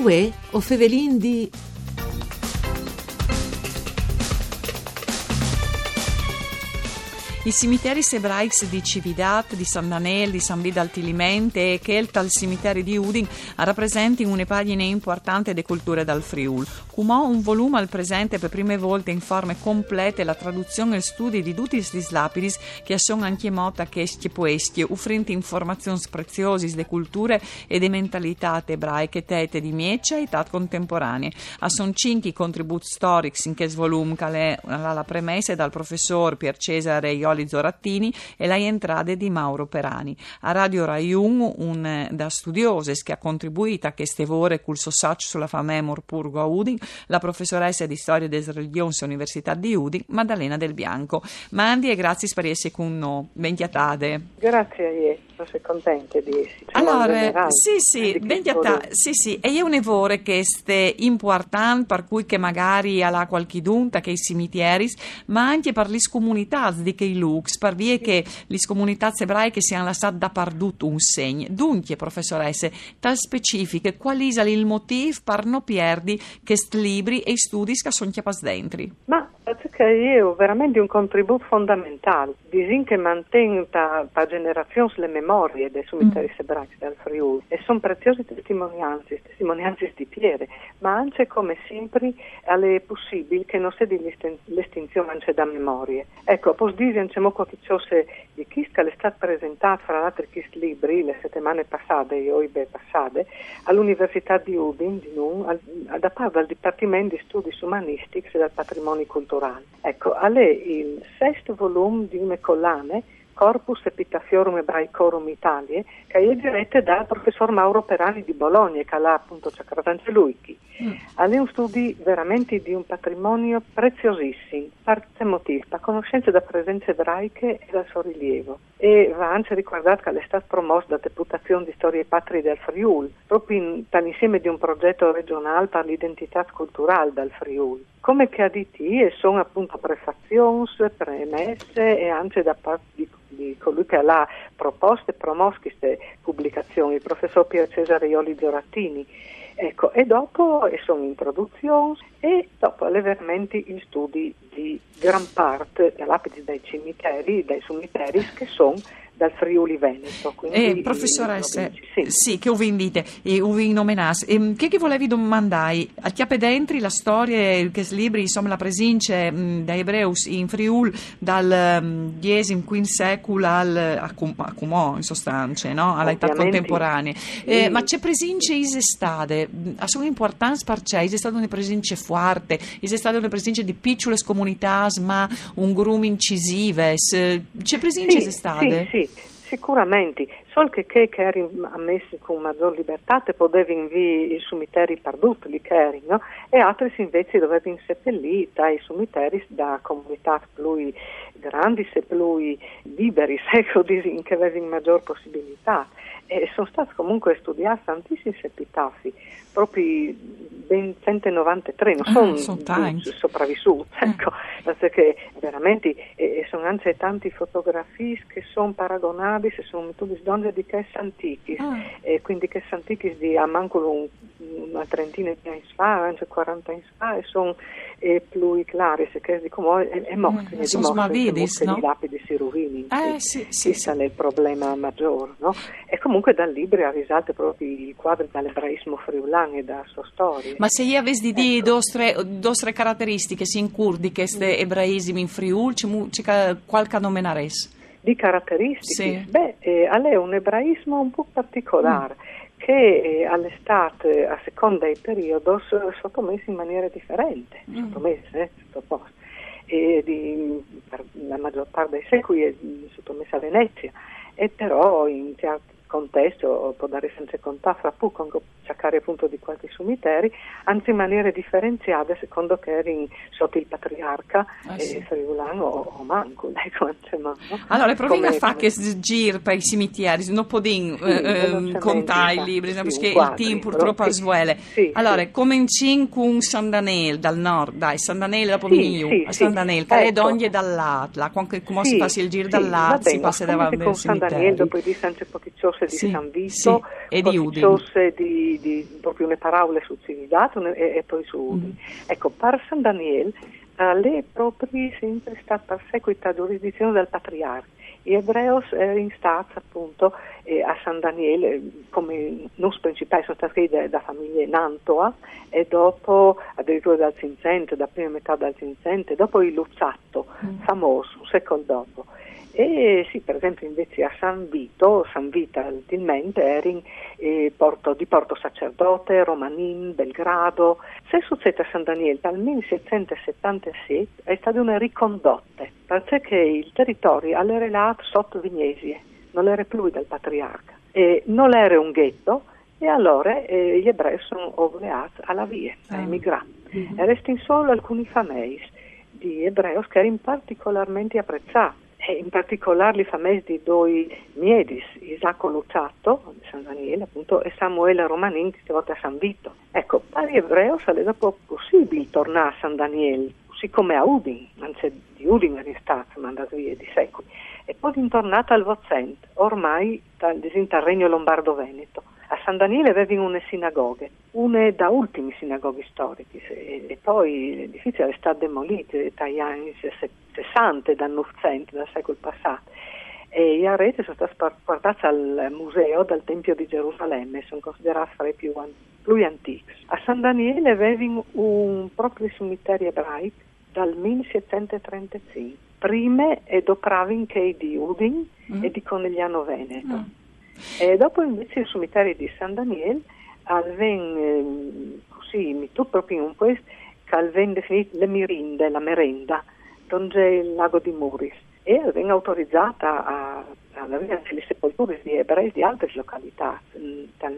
Uè, o fevelin di... I cimiteri ebraici di Cividat, di San Daniel, di San Vito al Tilimente e Chelt al cimitero di Udin rappresentano una pagina importante di culture dal Friul. Come un volume al presente per prime volte in forme complete la traduzione e studi di tutti gli lapidis che sono anche mota che poeschi, offrendo informazioni preziose delle culture e delle mentalità ebraiche tete di mieccia e età contemporanee. A son 5 contributi storici in questo volume che è la premessa dal professor Pier Cesare Ioli Zorattini e la entrate di Mauro Perani. A Radio Rai 1, un da studiose che ha contribuito a queste ore col sossaggio sulla famemor Purgo a Udin, la professoressa di storia des religioni Università di Udin, Maddalena Del Bianco. Mandi e grazie per essere con noi. Ben chiatate. Grazie a lei, sono contenta di essere. Allora, sì, ben chiatate. Sì, e io un evore che è importante, per cui che magari alla qualche dunta che i cimiteri, ma anche per le comunità di che lux, per via che le comunità ebraiche siano lasciate da perduto un segno. Dunque, professoresse, tal specifiche, qual è il motivo per non perdi questi libri e studi che sono chiapati dentro? Ma perché io veramente un contributo fondamentale, disin che mantengo per generazioni le memorie dei cimiteri ebraici del Friuli e sono preziose testimonianze di Piere, ma anche come sempre è possibile che non sia l'estinzione anche da memorie. Ecco, posso dire anche qualche cosa di chi è stato presentato fra l'altro questi libri le settimane passate, all'Università di Udin, da parte del Dipartimento di Studi Umanistici e del Patrimonio Culturale. Ecco, è il 6º volume di una collane, Corpus Epitafiorum Ebraicorum Italiae, che è diretta dal professor Mauro Perani di Bologna, che l'ha appunto accretato anche lui. È un studio veramente di un patrimonio preziosissimo, per motivi, per conoscenze da presenze ebraiche e dal suo rilievo. E va anche ricordato che è stato promosso da Deputazione di Storie e Patrie del Friuli, proprio dall'insieme di un progetto regionale per l'identità culturale del Friuli. Come che additivi e sono appunto prefazioni, premesse e anche da parte di colui che ha proposto e promosso queste pubblicazioni, il professor Pier Cesare Ioli Zorattini. Ecco, e dopo sono introduzioni e dopo veramente gli studi di gran parte dei lapidi dei cimiteri che sono dal Friuli Veneto. Professoresse, sì, che vi invite, vi nomenas. Che volevi domandare? A chiappe dentro la storia, che libri, insomma, la presenza da Ebreus in Friuli dal X secolo a Cumò, in sostanza, no? All'età contemporanea. Sì. Ma c'è presenza estate? Ha solo importanza per c'è? È stata una presenza forte? È stata una presenza di piccole comunità, ma un grumo incisive? C'è presenza estate? Sì. Sicuramente, solo che eri ammessi con maggior libertà te potevi inviare i cimiteri perduti, li eri, no? E altri invece dovevi seppellire i cimiteri da comunità più grandi e più liberi, in che avevano maggior possibilità. E sono stati comunque studiati tantissimi epitafi, proprio ben 193, non sono sopravvissuti, ecco, perché veramente sono anche tante fotografie che sono paragonabili, sono tutti donne di che antichi, e quindi che antichi di a manco una trentina di anni fa, anche 40 anni fa, e sono più chiari, che come è morto, sono smavidis, no? I lapidi si rovini, sì. Questo è il problema maggiore, no? E comunque dal libro ha risalto proprio il quadro dall'ebraismo friulano e da sua storia. Ma se io avessi di due caratteristiche in curdi che queste ebraismi in Friul, c'è qualche nomenares? Di caratteristiche? Sì. È un ebraismo un po' particolare che all'estate, a seconda dei periodi, sottomesso in maniera differente, sottoposto. E per la maggior parte dei secoli è sottomessa a Venezia, e però in certi contesti, può dare senza contare, fra poco cercare appunto di qualche cimiteri, anzi in maniera differenziata secondo che eri sotto il patriarca friulano o manco, no? Allora proviamo a fare che giro per i cimiteri, non possiamo contare i libri, perché il team purtroppo svuole. Allora, cominciamo con San Daniel dal nord, dai, San Daniel dopo San Daniel, Caledonia dall'Atla, come si fa il giro dall'Atla, si passa davanti al cimitero. San Daniel dopo di San Cepocchiccios ciose di San Vito e di Udin. ciose di proprio le parole su Cividat e poi su Udin. Ecco, per San Daniel lei è proprio sempre stata perseguita giurisdizione del patriarca. Gli ebrei in stati appunto a San Daniele come non principali sono stati da famiglie Nantoa e dopo addirittura dal 500, da prima metà del 500, dopo il Luzzatto famoso un secolo dopo. E sì, per esempio invece a San Vito ultimamente era di Porto Sacerdote, Romanin, Belgrado. Se succede a San Daniele dal 1777 è stato una ricondotta, perché il territorio era relato sotto Vignesie, non era più del patriarca, e non era un ghetto, e allora gli ebrei sono obbligati alla via, a emigrare. E restano solo alcuni famiglie di ebrei che erano particolarmente apprezzati. E in particolare le famiglie di due miedis, Isacco Luzzatto, di San Daniele appunto, e Samuele Romanin, che si vota a San Vito. Ecco, per gli ebrei è dopo possibile tornare a San Daniele, così come a Udin, anzi di Udin è stato mandato via di secoli, e poi ritornata al Vozente, ormai dal Regno Lombardo-Veneto. A San Daniele avevano una sinagoghe, una da ultimi sinagoghe storiche, e poi l'edificio è stato demolito dagli anni 60, dal Novecento, dal secolo passato. E gli arredi sono stati portati al museo del Tempio di Gerusalemme, sono considerati fra i più antichi. A San Daniele avevano un proprio cimitero ebraico dal 1735, prima e dopo che di Udin e di Conegliano Veneto. E dopo invece il cimitero di San Daniele tutto proprio in un questo che aveva definito le mirinde, la merenda, dove c'è il lago di Muris, e aveva autorizzata a avere le sepolture di ebrei di altre località. Dal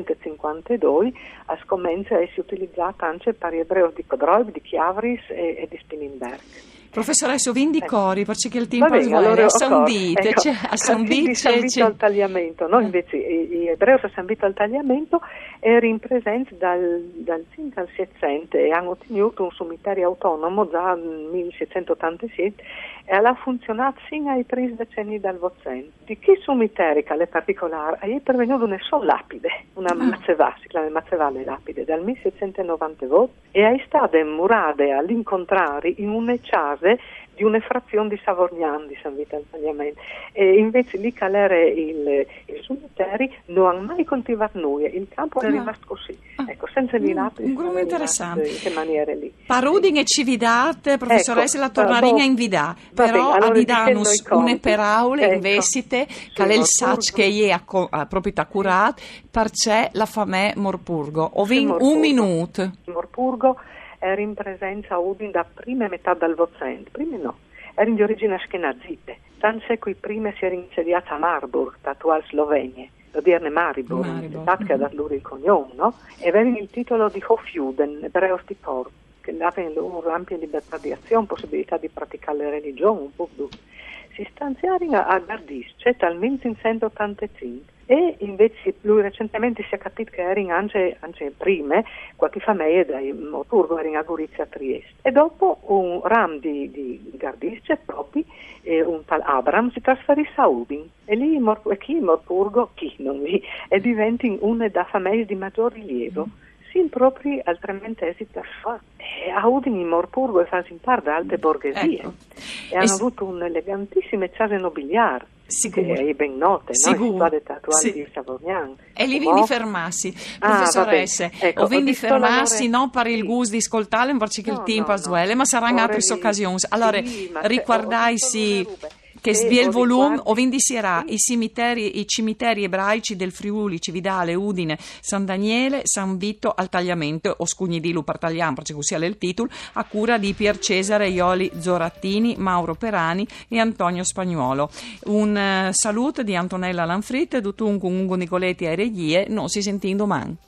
1752 a scommessa è utilizzata anche per gli ebrei di Codroib, di Chiavris e di Spilimberg. Professoressa, vindi cori, perché il tempo allora, a San Vito, a San Vito al tagliamento, no? Invece gli ebrei a San Vito al tagliamento erano in presenza dal 5 al 700 e hanno ottenuto un cimitero autonomo già nel 1787 e ha funzionato fino ai 3 decenni dal Vozente. Di che cimitero che è particolare? È pervenuta una sola lapide, una mazzevà, si chiama mazzevale lapide, dal 1798 e è stata murata all'incontrario in una casa di una frazione di Savorgnan di San Vito al Tagliamento, e invece lì che era il cimitero non hanno mai coltivato nulla, il campo è rimasto così, ecco, senza i lapidi. Un interessante. In che maniere lì. Parudin e Cividat, professoressa, la tornarina in Vidà, però allora, avidanus une paraule in vestite, che è il sac che è proprio accurato, perché la famè Morpurgo. Ovin un minuto. Morpurgo era in presenza a Udin da prima metà del Vozente, prima no, era di origine ashkenazite, tanto che prima si era insediata a Marburg, l'attuale Slovenia, l'odierne Maribor, che ha dato loro il cognome, no? E avevano il titolo di Hofjuden, ebreo di Porto, che davano loro ampia libertà di azione, possibilità di praticare la religione, un po' tutto. Si stanziarono a Gardisce dal 1985. E invece più recentemente si è capito che erano anche prima qualche famiglia di Morpurgo erano a Gorizia a Trieste, e dopo un ram di Gardisce proprio un tal Abram si trasferì a Udin e lì Morpurgo e diventa una da famiglie di maggior rilievo sin proprio al trementesi fa. E a Udin in Morpurgo e fanno in parte alte borghesie, e hanno avuto un'elegantissima casa nobiliare. Sicuro. Che è ben note, sicuro. No? Attuali di Savorgnan. E lì vindi fermarsi, professoresse, ecco, o vindi fermarsi non per il gusto di ascoltare, perché il tempo a suele, ma saranno altre occasioni. Allora, ricordaisi che svia il volume, o vindi sierà i cimiteri ebraici del Friuli, Cividale, Udine, San Daniele, San Vito al Tagliamento, o Scugnidilu per Tagliam, perché così è il titolo, a cura di Pier Cesare Ioli Zorattini, Mauro Perani e Antonio Spagnuolo. Un saluto di Antonella Lanfrit, Dutunco Ungo Nicoletti e Regie, non si sentì domani.